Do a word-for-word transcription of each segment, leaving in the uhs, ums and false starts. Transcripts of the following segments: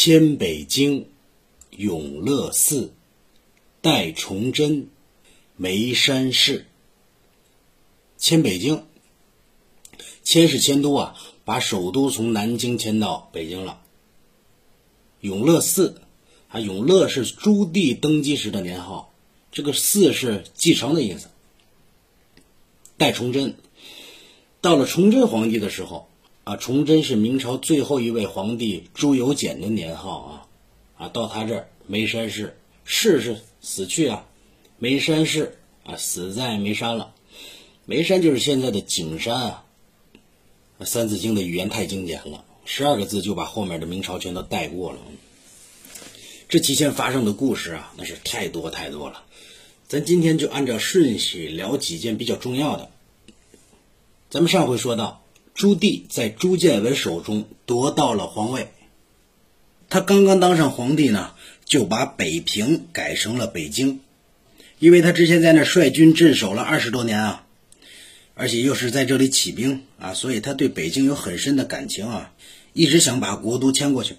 迁北京、永乐寺、戴崇祯、眉山市。迁北京，迁是迁都啊，把首都从南京迁到北京了。永乐寺啊，永乐是朱棣登基时的年号，这个寺是继承的意思。戴崇祯，到了崇祯皇帝的时候啊，崇祯是明朝最后一位皇帝朱由检的年号啊啊，到他这儿眉山市，市是死去啊，眉山市啊，死在眉山了。眉山就是现在的景山啊。三字经的语言太精简了，十二个字就把后面的明朝全都带过了。这期间发生的故事啊，那是太多太多了。咱今天就按照顺序聊几件比较重要的。咱们上回说到，朱棣在朱见文手中夺到了皇位，他刚刚当上皇帝呢，就把北平改成了北京，因为他之前在那率军镇守了二十多年啊，而且又是在这里起兵啊，所以他对北京有很深的感情啊，一直想把国都迁过去。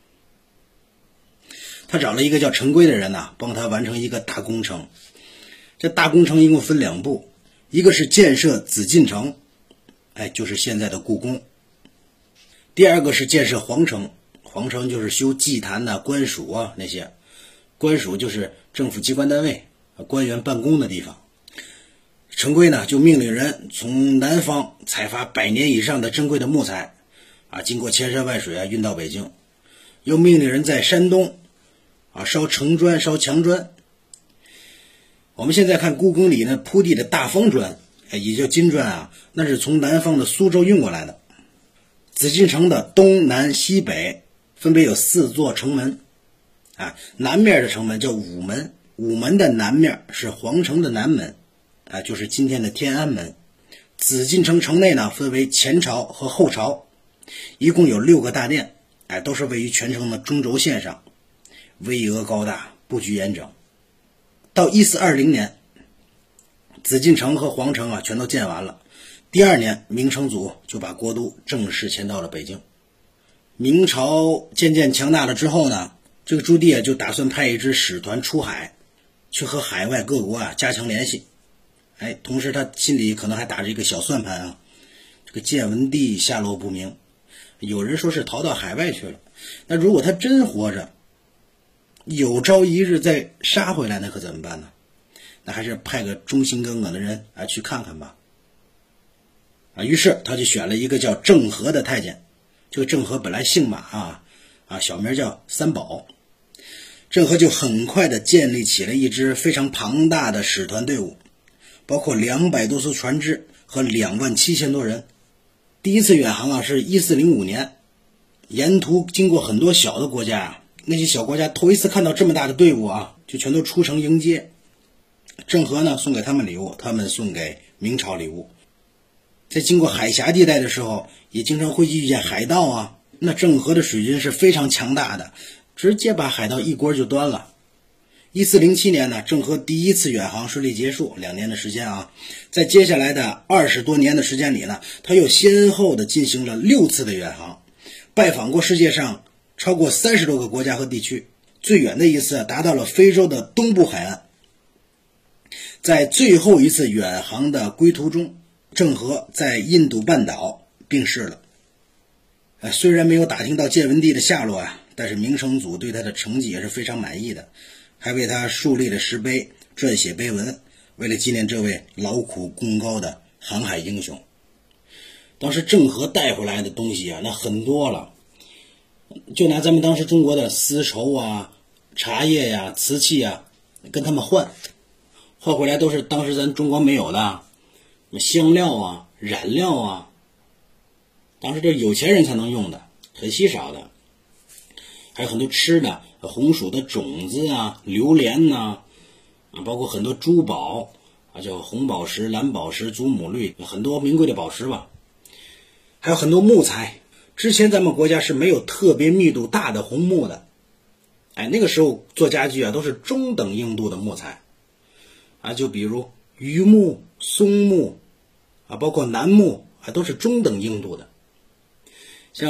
他找了一个叫陈规的人呐，帮他完成一个大工程。这大工程一共分两步，一个是建设紫禁城，哎，就是现在的故宫；第二个是建设皇城，皇城就是修祭坛呐、官署啊那些，官署就是政府机关单位、官员办公的地方。陈规呢，就命令人从南方采伐百年以上的珍贵的木材，啊，经过千山万水啊，运到北京。又命令人在山东，啊，烧城砖、烧墙砖。我们现在看故宫里呢铺地的大方砖，哎，也叫金砖啊，那是从南方的苏州运过来的。紫禁城的东南西北分别有四座城门，啊，南面的城门叫午门，午门的南面是皇城的南门。啊，就是今天的天安门。紫禁城城内呢，分为前朝和后朝，一共有六个大殿，哎，都是位于全城的中轴线上，巍峨高大，布局严整。到一四二零年，紫禁城和皇城啊全都建完了。第二年，明成祖就把国都正式迁到了北京。明朝渐渐强大了之后呢，这个朱棣啊就打算派一支使团出海，去和海外各国啊加强联系。哎，同时他心里可能还打着一个小算盘啊，这个建文帝下落不明，有人说是逃到海外去了。那如果他真活着，有朝一日再杀回来，那可怎么办呢？那还是派个忠心耿耿的人啊去看看吧。啊，于是他就选了一个叫郑和的太监。这个郑和本来姓马啊，啊，小名叫三宝。郑和就很快的建立起了一支非常庞大的使团队伍。包括两百多艘船只和两万七千多人。第一次远航啊，是一四零五年，沿途经过很多小的国家啊，那些小国家头一次看到这么大的队伍啊，就全都出城迎接。郑和呢，送给他们礼物，他们送给明朝礼物。在经过海峡地带的时候，也经常会遇见海盗啊。那郑和的水军是非常强大的，直接把海盗一锅就端了。一四零七年呢，郑和第一次远航顺利结束，两年的时间啊，在接下来的二十多年的时间里呢，他又先后的进行了六次的远航，拜访过世界上超过三十多个国家和地区，最远的一次达到了非洲的东部海岸。在最后一次远航的归途中，郑和在印度半岛病逝了。呃，虽然没有打听到建文帝的下落啊，但是明成祖对他的成绩也是非常满意的。还为他树立了石碑，撰写碑文，为了纪念这位劳苦功高的航海英雄。当时郑和带回来的东西啊，那很多了。就拿咱们当时中国的丝绸啊、茶叶呀、啊、瓷器啊，跟他们换，换回来都是当时咱中国没有的，香料啊、染料啊，当时这有钱人才能用的，很稀少的。还有很多吃的，红薯的种子啊，榴莲呐、啊，包括很多珠宝啊，叫红宝石、蓝宝石、祖母绿，很多名贵的宝石吧。还有很多木材，之前咱们国家是没有特别密度大的红木的，哎，那个时候做家具啊都是中等硬度的木材啊，就比如榆木、松木啊，包括楠木啊，都是中等硬度的。像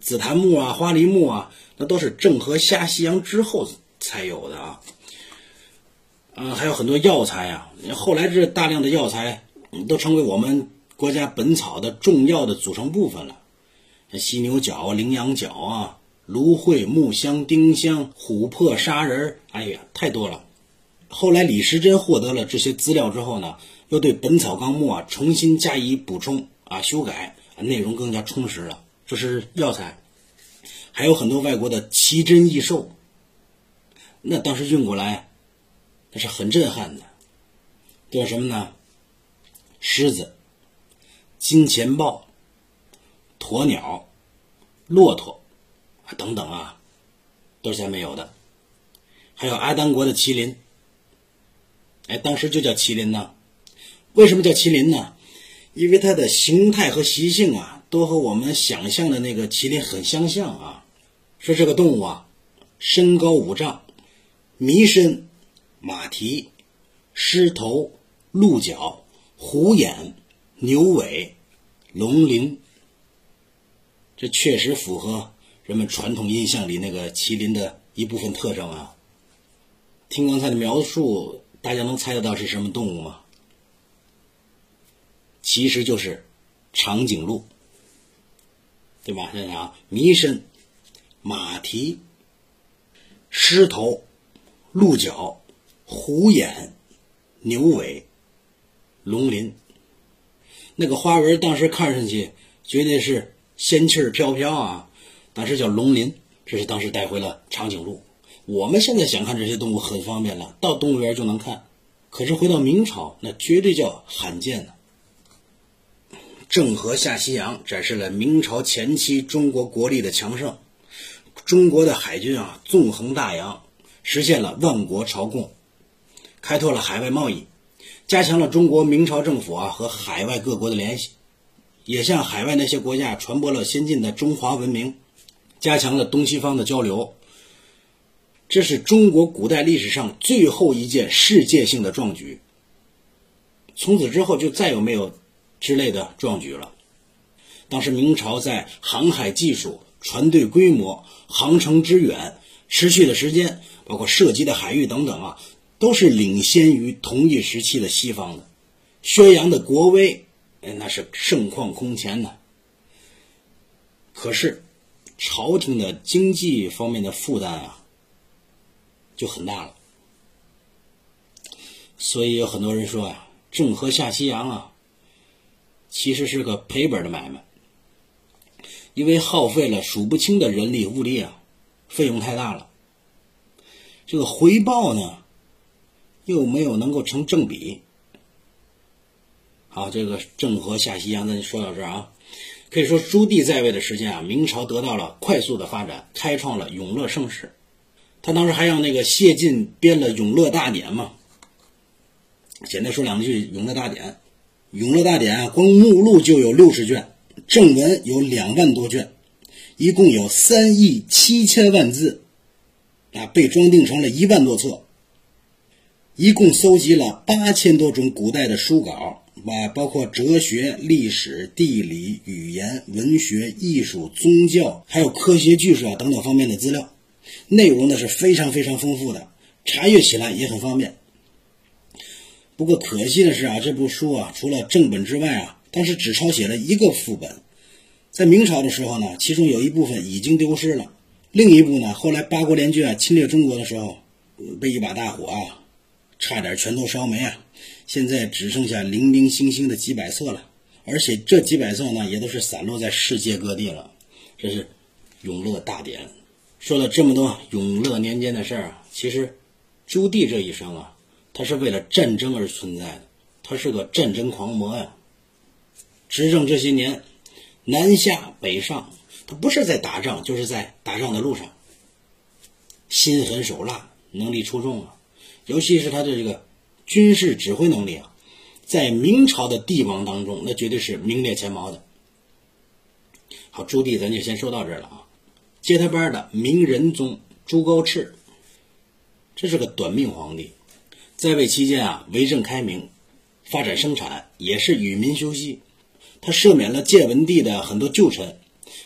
紫檀木啊、花梨木啊，那都是郑和下西洋之后才有的啊。嗯、呃，还有很多药材啊，后来这大量的药材都成为我们国家本草的重要的组成部分了。犀牛角啊、羚羊角啊、芦荟、木香、丁香、琥珀、砂仁，哎呀，太多了。后来李时珍获得了这些资料之后呢，又对《本草纲目》啊重新加以补充啊、修改，内容更加充实了。这是药材，还有很多外国的奇珍异兽，那当时运过来，那是很震撼的。都有什么呢？狮子、金钱豹、鸵鸟、骆驼等等啊，都是咱没有的。还有阿丹国的麒麟，哎，当时就叫麒麟呢。为什么叫麒麟呢？因为它的形态和习性啊，都和我们想象的那个麒麟很相像啊。说这个动物啊，身高五丈，麋身、马蹄、狮头、鹿角、虎眼、牛尾、龙鳞，这确实符合人们传统印象里那个麒麟的一部分特征啊。听刚才的描述，大家能猜得到是什么动物吗？其实就是长颈鹿，对吧？想想啊，麋身、马蹄、狮头、鹿角、虎眼、牛尾、龙鳞，那个花纹当时看上去绝对是仙气儿飘飘啊，当时叫龙鳞，这是当时带回了长颈鹿。我们现在想看这些动物很方便了，到动物园就能看，可是回到明朝那绝对叫罕见的。郑和下西洋展示了明朝前期中国国力的强盛，中国的海军啊纵横大洋，实现了万国朝贡，开拓了海外贸易，加强了中国明朝政府啊和海外各国的联系，也向海外那些国家传播了先进的中华文明，加强了东西方的交流。这是中国古代历史上最后一件世界性的壮举，从此之后就再也没有之类的壮举了。当时明朝在航海技术、船队规模、航程之远、持续的时间，包括涉及的海域等等啊，都是领先于同一时期的西方的，宣扬的国威，那是盛况空前的。可是朝廷的经济方面的负担啊就很大了，所以有很多人说啊，郑和下西洋啊其实是个赔本的买卖，因为耗费了数不清的人力物力啊，费用太大了，这个回报呢又没有能够成正比。好，这个郑和下西洋咱就说到这儿啊。可以说朱棣在位的时间啊，明朝得到了快速的发展，开创了永乐盛世。他当时还让那个谢晋编了《永乐大典》嘛。简单说两句《永乐大典》。《永乐大典》啊，光目录就有六十卷，正文有两万多卷，一共有三亿七千万字啊，被装订成了一万多册。一共搜集了八千多种古代的书稿，啊，包括哲学、历史、地理、语言、文学、艺术、宗教，还有科学技术啊等等方面的资料。内容呢是非常非常丰富的，查阅起来也很方便。不过可惜的是啊，这部书啊除了正本之外啊，当时只抄写了一个副本。在明朝的时候呢，其中有一部分已经丢失了，另一部呢，后来八国联军啊侵略中国的时候，被一把大火啊，差点全都烧没啊。现在只剩下零零星星的几百册了，而且这几百册呢，也都是散落在世界各地了。这是《永乐大典》。说了这么多永乐年间的事儿啊，其实朱棣这一生啊，他是为了战争而存在的，他是个战争狂魔呀。执政这些年，南下北上，他不是在打仗，就是在打仗的路上，心狠手辣，能力出众啊。尤其是他的这个军事指挥能力啊，在明朝的帝王当中，那绝对是名列前茅的。好，朱棣咱就先说到这儿了啊。接他班的明仁宗朱高炽，这是个短命皇帝，在位期间啊，为政开明，发展生产，也是与民休息。他赦免了建文帝的很多旧臣，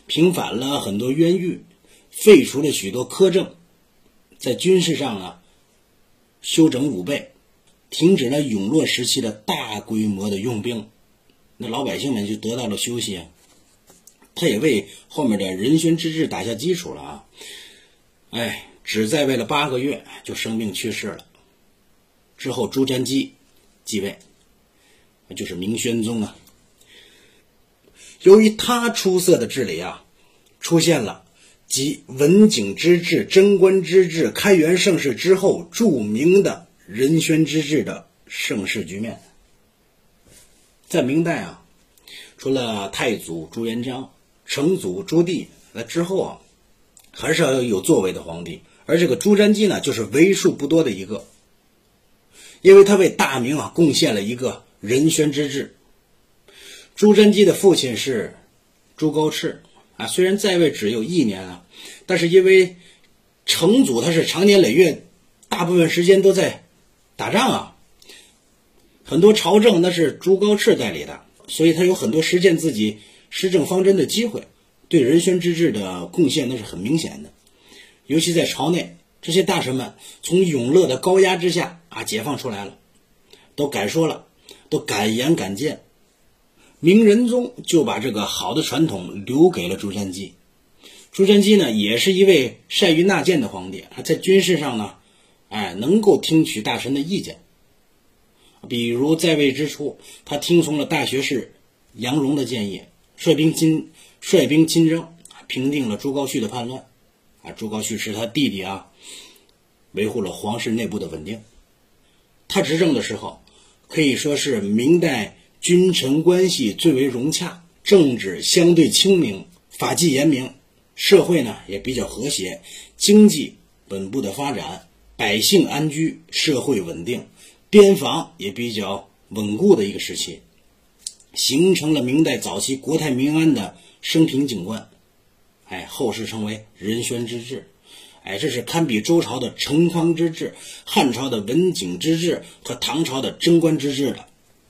平反了很多冤狱，废除了许多苛政，在军事上呢修整武备，停止了永乐时期的大规模的用兵，那老百姓们就得到了休息啊。他也为后面的仁宣之治打下基础了啊。哎，只在位了八个月就生病去世了。之后朱瞻基继位，就是明宣宗啊。由于他出色的治理啊，出现了继文景之治、贞观之治、开元盛世之后著名的仁宣之治的盛世局面。在明代啊，除了太祖朱元璋、成祖朱棣，那之后啊，很少有作为的皇帝，而这个朱瞻基呢，就是为数不多的一个，因为他为大明啊贡献了一个仁宣之治。朱瞻基的父亲是朱高炽啊，虽然在位只有一年啊，但是因为成祖他是长年累月，大部分时间都在打仗啊，很多朝政那是朱高炽代理的，所以他有很多实践自己施政方针的机会，对仁宣之治的贡献那是很明显的。尤其在朝内，这些大臣们从永乐的高压之下啊解放出来了，都敢说了，都敢言敢谏。明仁宗就把这个好的传统留给了朱瞻基。朱瞻基呢，也是一位善于纳谏的皇帝，在军事上呢，哎，能够听取大臣的意见。比如在位之初，他听从了大学士杨荣的建议，率兵亲率兵亲征，平定了朱高煦的叛乱。啊，朱高煦是他弟弟啊，维护了皇室内部的稳定。他执政的时候，可以说是明代君臣关系最为融洽，政治相对清明，法纪严明，社会呢也比较和谐，经济稳步的发展，百姓安居，社会稳定，边防也比较稳固的一个时期，形成了明代早期国泰民安的升平景观。哎，后世称为仁宣之治。哎，这是堪比周朝的成康之治、汉朝的文景之治和唐朝的贞观之治了。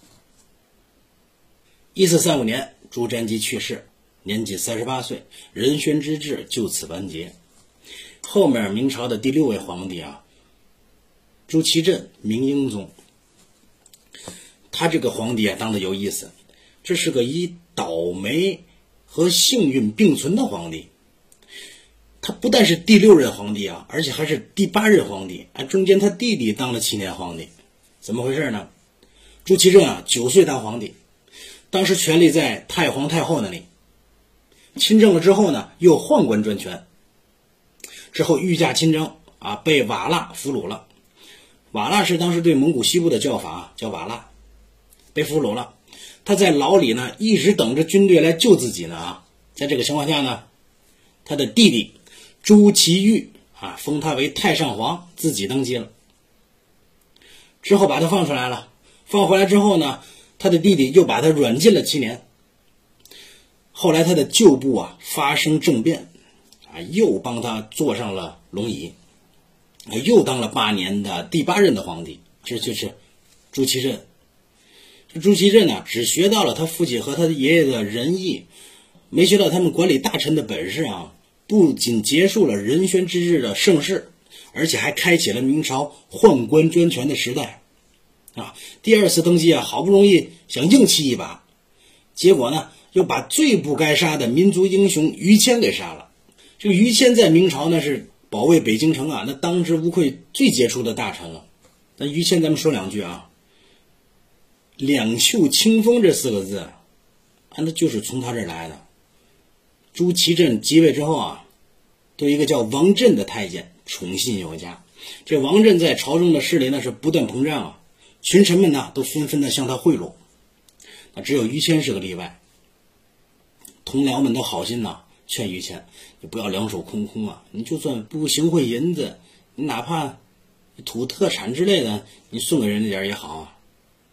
一四三五年，朱瞻基去世，年仅三十八岁，仁宣之治就此完结。后面明朝的第六位皇帝啊，朱祁镇，明英宗。他这个皇帝啊，当得有意思，这是个以倒霉和幸运并存的皇帝。他不但是第六任皇帝啊，而且还是第八任皇帝啊，中间他弟弟当了七年皇帝。怎么回事呢？朱祁镇啊，九岁当皇帝，当时权力在太皇太后那里。亲政了之后呢，又宦官专权。之后御驾亲征啊，被瓦剌俘虏了。瓦剌是当时对蒙古西部的叫法，叫瓦剌，被俘虏了。他在牢里呢，一直等着军队来救自己呢啊。在这个情况下呢，他的弟弟朱祁钰啊，封他为太上皇，自己登基了。之后把他放出来了，放回来之后呢，他的弟弟又把他软禁了七年。后来他的旧部啊发生政变啊，又帮他坐上了龙椅，又当了八年的第八任的皇帝，这就是朱祁镇。这朱祁镇呢，只学到了他父亲和他的爷爷的仁义，没学到他们管理大臣的本事啊。不仅结束了仁宣之治的盛世，而且还开启了明朝宦官专权的时代啊。第二次登基啊，好不容易想硬气一把，结果呢又把最不该杀的民族英雄于谦给杀了。这个于谦在明朝那是保卫北京城啊，那当之无愧最杰出的大臣了。那于谦咱们说两句啊，两袖清风这四个字啊，那就是从他这儿来的。朱祁镇即位之后啊，对一个叫王振的太监宠信有加。这王振在朝中的势力呢是不断膨胀啊，群臣们呢都纷纷的向他贿赂。那只有于谦是个例外。同僚们都好心呐，劝于谦，你不要两手空空啊，你就算不行贿银子，你哪怕土特产之类的，你送给人家点也好啊。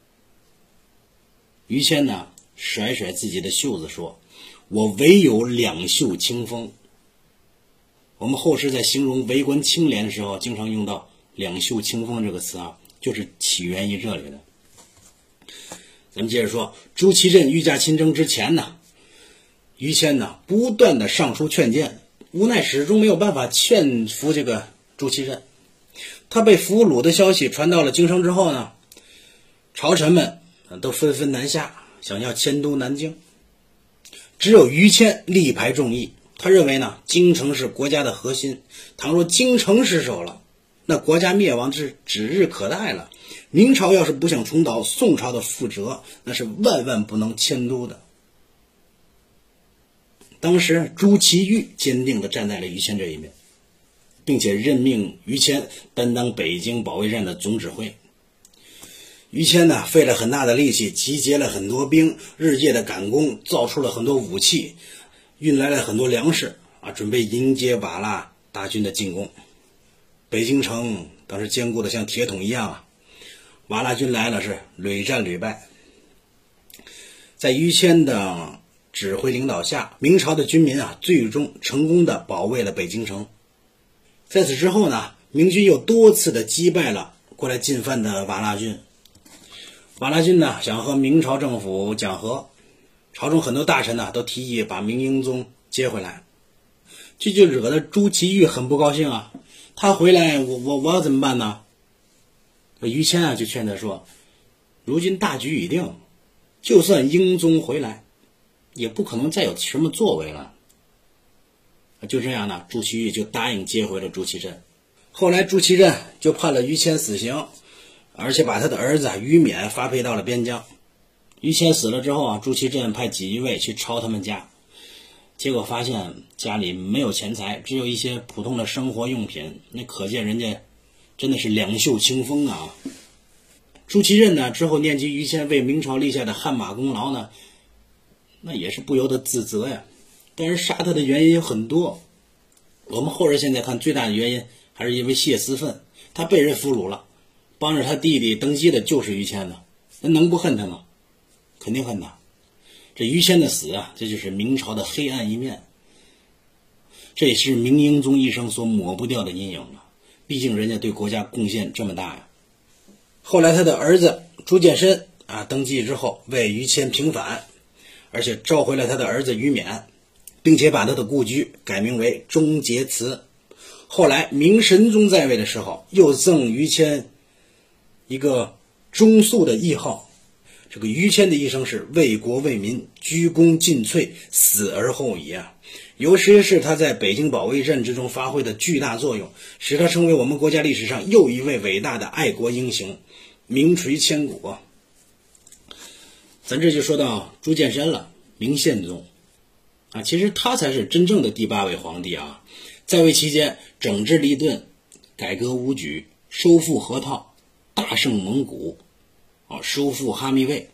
于谦呢甩甩自己的袖子说，我唯有两袖清风。我们后世在形容为官清廉的时候，经常用到两袖清风这个词啊，就是起源于这里的。咱们接着说，朱祁镇御驾亲征之前呢， 于谦呢不断的上书劝谏，无奈始终没有办法劝服这个朱祁镇。他被俘虏的消息传到了京城之后呢，朝臣们都纷纷南下，想要迁都南京。只有于谦力排众议，他认为呢，京城是国家的核心，倘若京城失守了，那国家灭亡是指日可待了。明朝要是不想重蹈宋朝的覆辙，那是万万不能迁都的。当时朱祁钰坚定地站在了于谦这一面，并且任命于谦担当北京保卫战的总指挥。于谦呢，费了很大的力气，集结了很多兵，日夜的赶工，造出了很多武器，运来了很多粮食啊，准备迎接瓦剌大军的进攻。北京城当时坚固的像铁桶一样啊，瓦剌军来了是屡战屡败。在于谦的指挥领导下，明朝的军民啊，最终成功的保卫了北京城。在此之后呢，明军又多次的击败了过来进犯的瓦剌军。瓦剌军呢想和明朝政府讲和，朝中很多大臣呢都提议把明英宗接回来，这就惹得朱祁钰很不高兴啊。他回来，我我我要怎么办呢？于谦啊就劝他说，如今大局已定，就算英宗回来，也不可能再有什么作为了。就这样呢，朱祁钰就答应接回了朱祁镇。后来朱祁镇就判了于谦死刑，而且把他的儿子于勉发配到了边疆。于谦死了之后啊，朱祁镇派锦衣卫去抄他们家，结果发现家里没有钱财，只有一些普通的生活用品，那可见人家真的是两袖清风啊。朱祁镇呢之后念及于谦为明朝立下的汗马功劳呢，那也是不由得自责呀。但是杀他的原因有很多，我们后人现在看最大的原因还是因为泄私愤，他被人俘虏了，帮着他弟弟登基的就是于谦的，那能不恨他吗？肯定恨他。这于谦的死啊，这就是明朝的黑暗一面，这也是明英宗一生所抹不掉的阴影了。毕竟人家对国家贡献这么大呀。后来他的儿子朱见深啊登基之后，为于谦平反，而且召回了他的儿子于勉，并且把他的故居改名为忠节祠。后来明神宗在位的时候，又赠于谦一个忠肃的谥号。这个于谦的一生是为国为民，鞠躬尽瘁，死而后已啊。尤其是他在北京保卫战之中发挥的巨大作用，使他成为我们国家历史上又一位伟大的爱国英雄，名垂千古啊。咱这就说到朱见深了，明宪宗啊，其实他才是真正的第八位皇帝啊。在位期间，整治吏顿，改革武举，收复河套，大胜蒙古啊，收复哈密卫。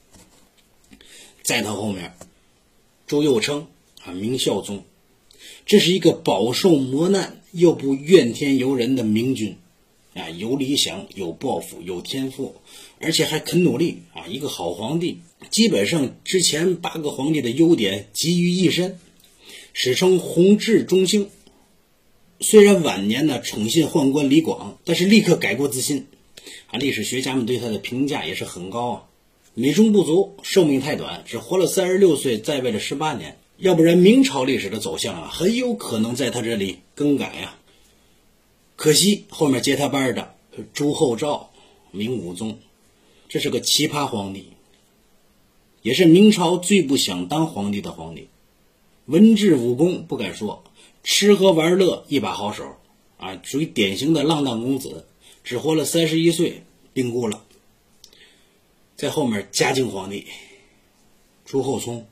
再到后面，周佑称啊，明孝宗，这是一个饱受磨难又不怨天尤人的明君啊，有理想，有抱负，有天赋，而且还肯努力啊，一个好皇帝。基本上之前八个皇帝的优点集于一身，史称弘治中兴。虽然晚年呢宠信宦官李广，但是立刻改过自新啊，历史学家们对他的评价也是很高啊。美中不足，寿命太短，只活了三十六岁，在位了十八年。要不然明朝历史的走向啊，很有可能在他这里更改啊。可惜后面接他班的朱厚照，明武宗，这是个奇葩皇帝，也是明朝最不想当皇帝的皇帝。文治武功不敢说，吃喝玩乐一把好手啊，属于典型的浪荡公子，只活了三十一岁病故了。在后面嘉靖皇帝朱厚熜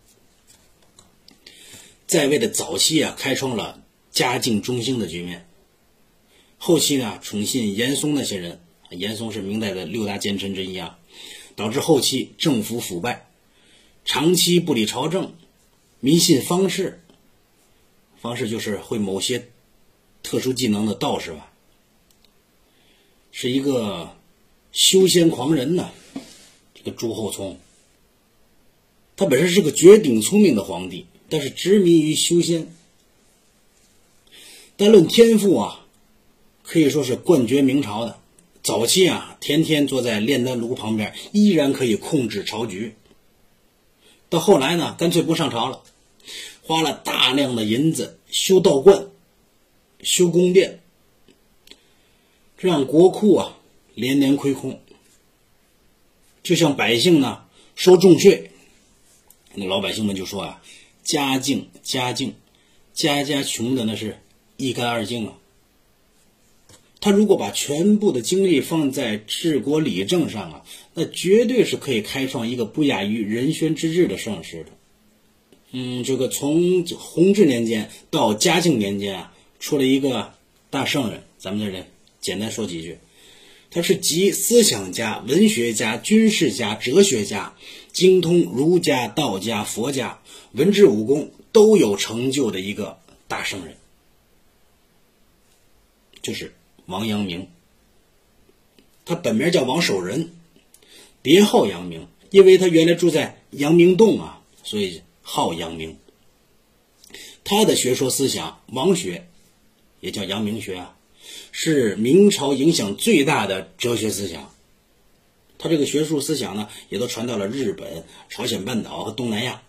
在位的早期啊，开创了嘉靖中兴的局面。后期呢，宠信严嵩那些人，严嵩是明代的六大奸臣之一啊，导致后期政府腐败，长期不理朝政，迷信方士。方士就是会某些特殊技能的道士吧，是一个修仙狂人呢。这个朱厚熜，他本身是个绝顶聪明的皇帝，但是执迷于修仙。单论天赋啊，可以说是冠绝明朝的。早期啊，天天坐在炼丹炉旁边，依然可以控制朝局。到后来呢，干脆不上朝了， 花了大量的银子修道观、修宫殿，这让国库啊连年亏空。就像百姓呢收重税，那老百姓们就说啊，家境家境，家家穷的那是一干二净啊。他如果把全部的精力放在治国理政上啊，那绝对是可以开创一个不亚于仁宣之治的盛世的。嗯，这个从弘治年间到嘉靖年间啊，出了一个大圣人，咱们这里简单说几句。他是集思想家、文学家、军事家、哲学家，精通儒家、道家、佛家，文治武功都有成就的一个大圣人，就是王阳明。他本名叫王守仁，别号阳明，因为他原来住在阳明洞啊，所以号阳明。他的学说思想，王学也叫阳明学啊，是明朝影响最大的哲学思想。他这个学术思想呢，也都传到了日本、朝鲜半岛和东南亚，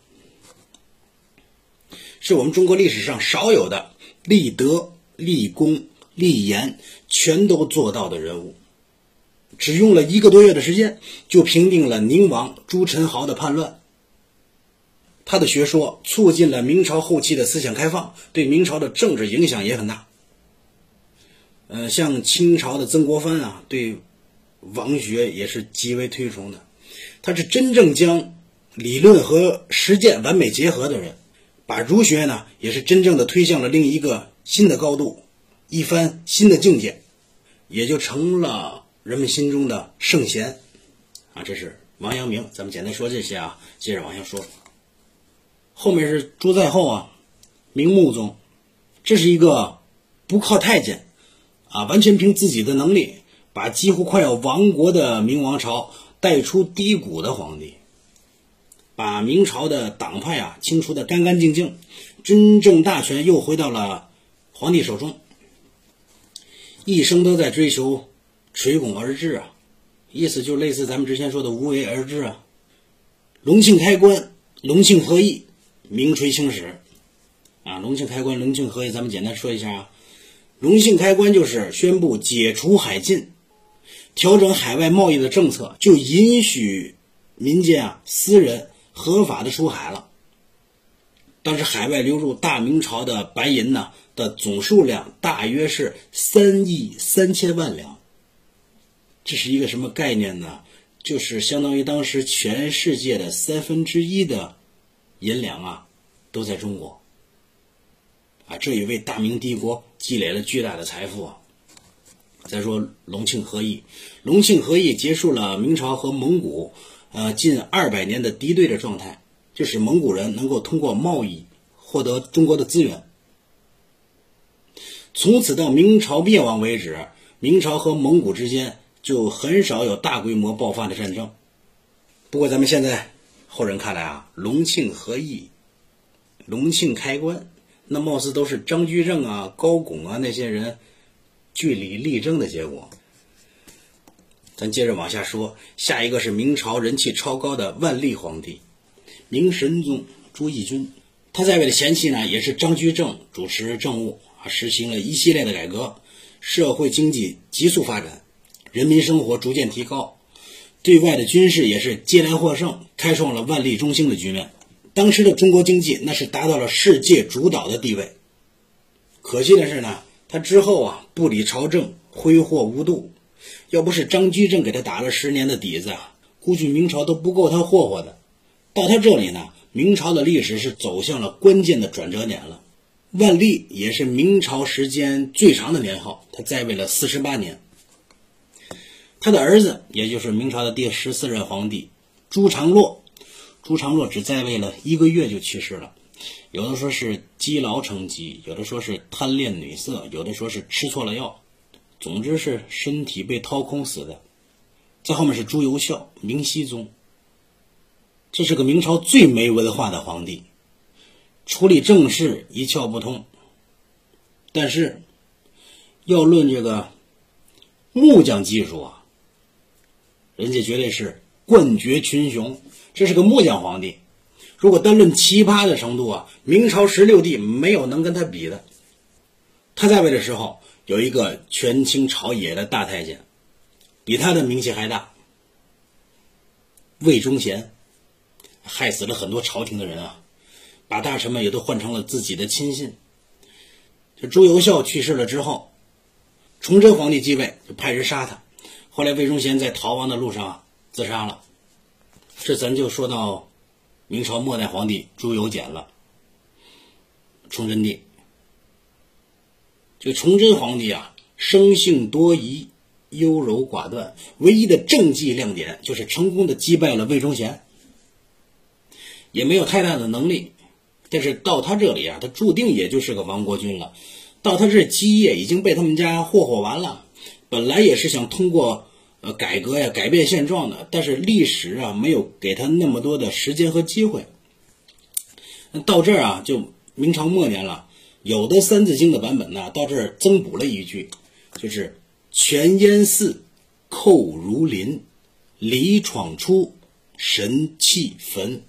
是我们中国历史上少有的立德、立功、立言全都做到的人物。只用了一个多月的时间，就平定了宁王朱宸濠的叛乱。他的学说促进了明朝后期的思想开放，对明朝的政治影响也很大。呃，像清朝的曾国藩啊，对王学也是极为推崇的。他是真正将理论和实践完美结合的人，把儒学呢也是真正的推向了另一个新的高度，一番新的境界，也就成了人们心中的圣贤啊。这是王阳明，咱们简单说这些啊，接着往下说。后面是朱载垕啊，明穆宗，这是一个不靠太监啊，完全凭自己的能力，把几乎快要亡国的明王朝带出低谷的皇帝，把明朝的党派啊清除得干干净净，真正大权又回到了皇帝手中。一生都在追求垂拱而治啊，意思就类似咱们之前说的无为而治啊。隆庆开关，隆庆和议，名垂青史啊。隆庆开关、隆庆和议，咱们简单说一下啊。隆庆开关就是宣布解除海禁，调整海外贸易的政策，就允许民间啊私人合法的出海了。当时海外流入大明朝的白银呢的总数量大约是三亿三千万两。这是一个什么概念呢？就是相当于当时全世界的三分之一的银两啊都在中国啊，这也为大明帝国积累了巨大的财富啊。再说隆庆和议，隆庆和议结束了明朝和蒙古呃近二百年的敌对的状态，这使蒙古人能够通过贸易获得中国的资源。从此到明朝灭亡为止，明朝和蒙古之间就很少有大规模爆发的战争。不过咱们现在后人看来啊，隆庆和议、隆庆开关，那貌似都是张居正啊、高拱啊那些人据理力争的结果。咱接着往下说，下一个是明朝人气超高的万历皇帝明神宗朱翊钧。他在位的前期呢，也是张居正主持政务啊，实行了一系列的改革，社会经济急速发展，人民生活逐渐提高，对外的军事也是接连获胜，开创了万历中兴的局面。当时的中国经济那是达到了世界主导的地位。可惜的是呢，他之后啊不理朝政，挥霍无度，要不是张居正给他打了十年的底子啊，估计明朝都不够他霍霍的。到他这里呢，明朝的历史是走向了关键的转折点了。万历也是明朝时间最长的年号，他在位了四十八年。他的儿子也就是明朝的第十四任皇帝朱常洛，朱常洛只在位了一个月就去世了。有的说是积劳成疾，有的说是贪恋女色，有的说是吃错了药，总之是身体被掏空死的。在后面是朱由校，明熹宗，这是个明朝最没文化的皇帝，处理政事一窍不通。但是要论这个木匠技术啊，人家绝对是冠绝群雄。这是个木匠皇帝， 如果单论奇葩的程度啊，明朝十六帝没有能跟他比的。他在位的时候，有一个权倾朝野的大太监，比他的名气还大，魏忠贤，害死了很多朝廷的人啊，把大臣们也都换成了自己的亲信。这朱由校去世了之后，崇祯皇帝继位，就派人杀他。后来魏忠贤在逃亡的路上啊自杀了。这咱就说到明朝末代皇帝朱由检了。崇祯帝，这个崇祯皇帝啊，生性多疑，优柔寡断，唯一的政绩亮点就是成功的击败了魏忠贤，也没有太大的能力。但是到他这里啊，他注定也就是个亡国君了。到他这基业已经被他们家霍霍完了，本来也是想通过呃改革呀改变现状的，但是历史啊没有给他那么多的时间和机会。到这儿啊，就明朝末年了，有的三字经的版本呢，到这儿增补了一句，就是泉淹寺，寇如林，李闯出，神弃坟。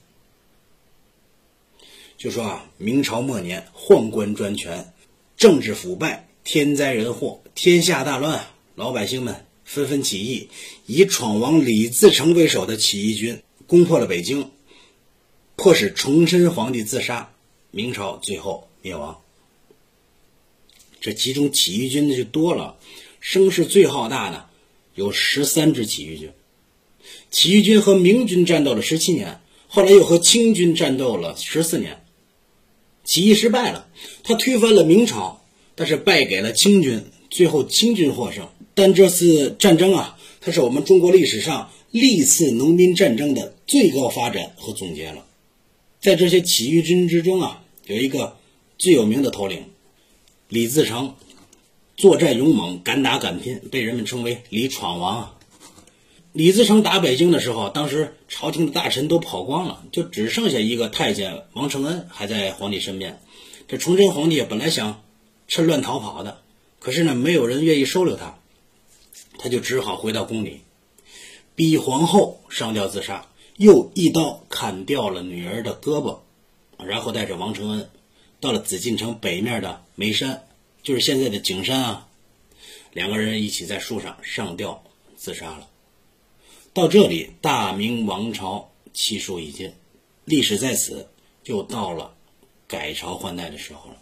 就说啊，明朝末年宦官专权，政治腐败，天灾人祸，天下大乱，老百姓们纷纷起义，以闯王李自成为首的起义军攻破了北京，迫使崇祯皇帝自杀，明朝最后灭亡。这其中起义军就多了，声势最浩大的有十三支起义军。起义军和明军战斗了十七年，后来又和清军战斗了十四年。起义失败了，他推翻了明朝，但是败给了清军，最后清军获胜。但这次战争啊，它是我们中国历史上历次农民战争的最高发展和总结了。在这些起义军之中啊，有一个最有名的头领李自成，作战勇猛，敢打敢拼，被人们称为李闯王啊。李自成打北京的时候，当时朝廷的大臣都跑光了，就只剩下一个太监王承恩还在皇帝身边。这崇祯皇帝本来想趁乱逃跑的，可是呢，没有人愿意收留他，他就只好回到宫里，逼皇后上吊自杀，又一刀砍掉了女儿的胳膊，然后带着王承恩到了紫禁城北面的眉山，就是现在的景山啊，两个人一起在树上上吊自杀了。到这里，大明王朝气数已尽，历史在此就到了改朝换代的时候了。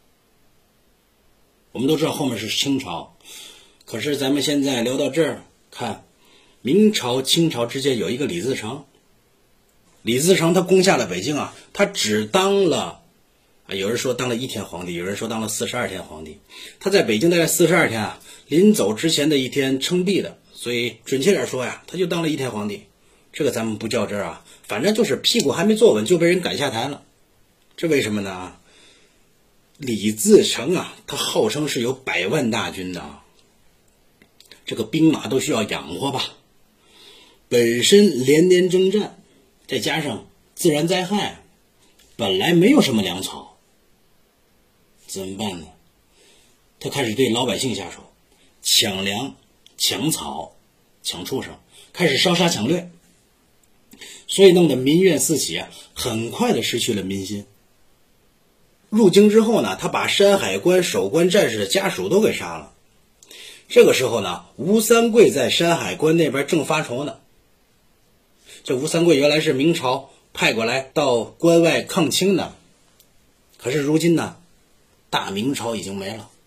我们都知道后面是清朝，可是咱们现在聊到这儿，看明朝清朝之间有一个李自成。李自成他攻下了北京啊，他只当了啊，有人说当了一天皇帝，有人说当了四十二天皇帝。他在北京待了四十二天啊，临走之前的一天称帝的，所以准确点说呀，他就当了一天皇帝。这个咱们不较真啊，反正就是屁股还没坐稳就被人赶下台了。这为什么呢？李自成啊，他号称是有百万大军的，这个兵马都需要养活吧，本身连年征战，再加上自然灾害，本来没有什么粮草，怎么办呢？他开始对老百姓下手，抢粮、抢草、抢畜生，开始烧杀抢掠，所以弄得民怨四起啊，很快的失去了民心。入京之后呢，他把山海关守关战士的家属都给杀了。这个时候呢，吴三桂在山海关那边正发愁呢。这吴三桂原来是明朝派过来到关外抗清的，可是如今呢，大明朝已经没了。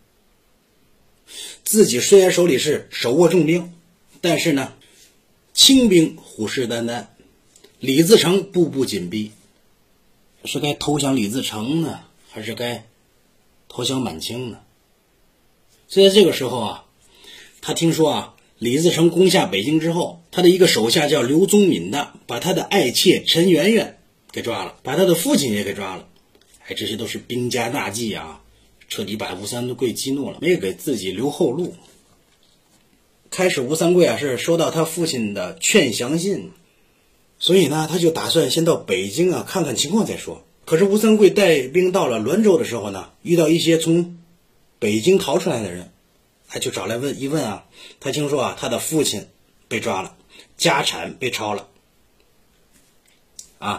自己虽然手里是手握重兵，但是呢，清兵虎视眈眈，李自成步步紧逼，是该投降李自成呢，还是该投降满清呢？所以在这个时候啊，他听说啊，李自成攻下北京之后，他的一个手下叫刘宗敏的，把他的爱妾陈圆圆给抓了，把他的父亲也给抓了。哎，这些都是兵家大忌啊，彻底把吴三桂激怒了，没有给自己留后路。开始吴三桂啊是收到他父亲的劝降信，所以呢，他就打算先到北京啊看看情况再说。可是吴三桂带兵到了滦州的时候呢，遇到一些从北京逃出来的人，哎，就找来问一问啊，他听说啊，他的父亲被抓了，家产被抄了，啊，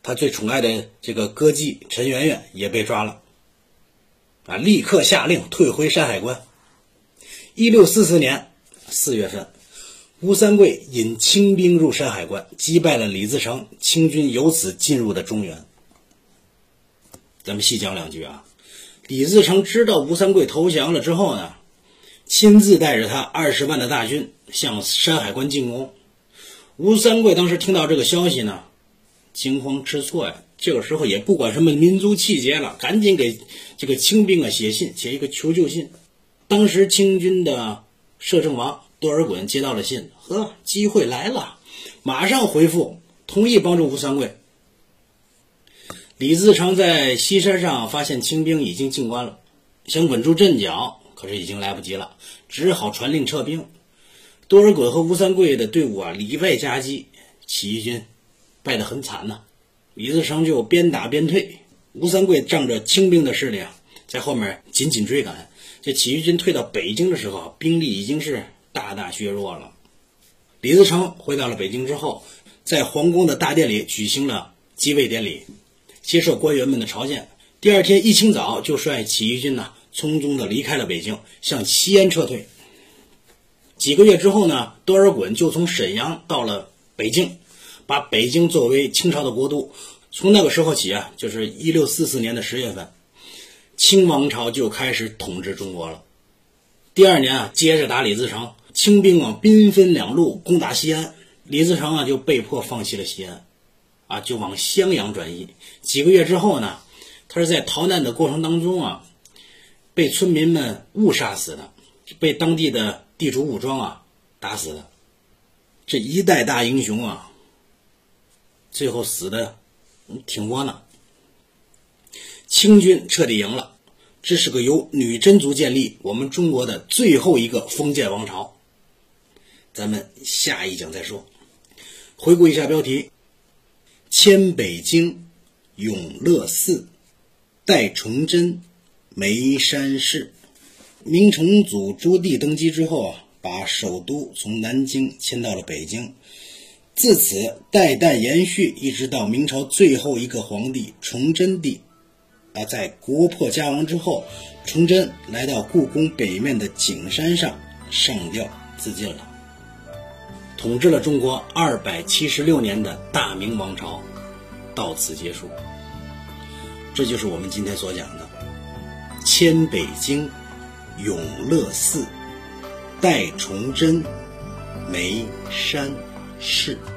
他最宠爱的这个歌妓陈圆圆也被抓了，啊，立刻下令退回山海关。一六四四年四月份，吴三桂引清兵入山海关，击败了李自成，清军由此进入的中原。咱们细讲两句啊。李自成知道吴三桂投降了之后呢，亲自带着他二十万的大军向山海关进攻。吴三桂当时听到这个消息呢，惊慌失措呀，这个时候也不管什么民族气节了，赶紧给这个清兵啊写信，写一个求救信。当时清军的摄政王多尔衮接到了信，呵，机会来了，马上回复同意帮助吴三桂。李自成在西山上发现清兵已经进关了，想稳住阵脚，可是已经来不及了，只好传令撤兵。多尔衮和吴三桂的队伍啊里外夹击，起义军败得很惨呐、啊。李自成就边打边退，吴三桂仗着清兵的势力啊，在后面紧紧追赶。这起义军退到北京的时候，兵力已经是大大削弱了。李自成回到了北京之后，在皇宫的大殿里举行了继位典礼，接受官员们的朝见。第二天一清早就率起义军呢、啊、匆匆的离开了北京，向西安撤退。几个月之后呢，多尔衮就从沈阳到了北京，把北京作为清朝的国都。从那个时候起啊，就是一六四四年的十月份，清王朝就开始统治中国了。第二年啊，接着打李自成，清兵啊兵分两路攻打西安，李自成啊就被迫放弃了西安，啊就往襄阳转移。几个月之后呢，他是在逃难的过程当中啊，被村民们误杀死的，被当地的地主武装啊打死的。这一代大英雄啊，最后死的挺窝囊。清军彻底赢了，这是个由女真族建立我们中国的最后一个封建王朝。咱们下一讲再说。回顾一下标题：迁北京、永乐寺、代崇祯、眉山市。明成祖朱棣登基之后啊，把首都从南京迁到了北京，自此代代延续，一直到明朝最后一个皇帝崇祯帝啊，在国破家亡之后，崇祯来到故宫北面的景山上上吊自尽了，统治了中国二百七十六年的大明王朝到此结束。这就是我们今天所讲的迁北京、永乐寺、代崇祯、眉山市。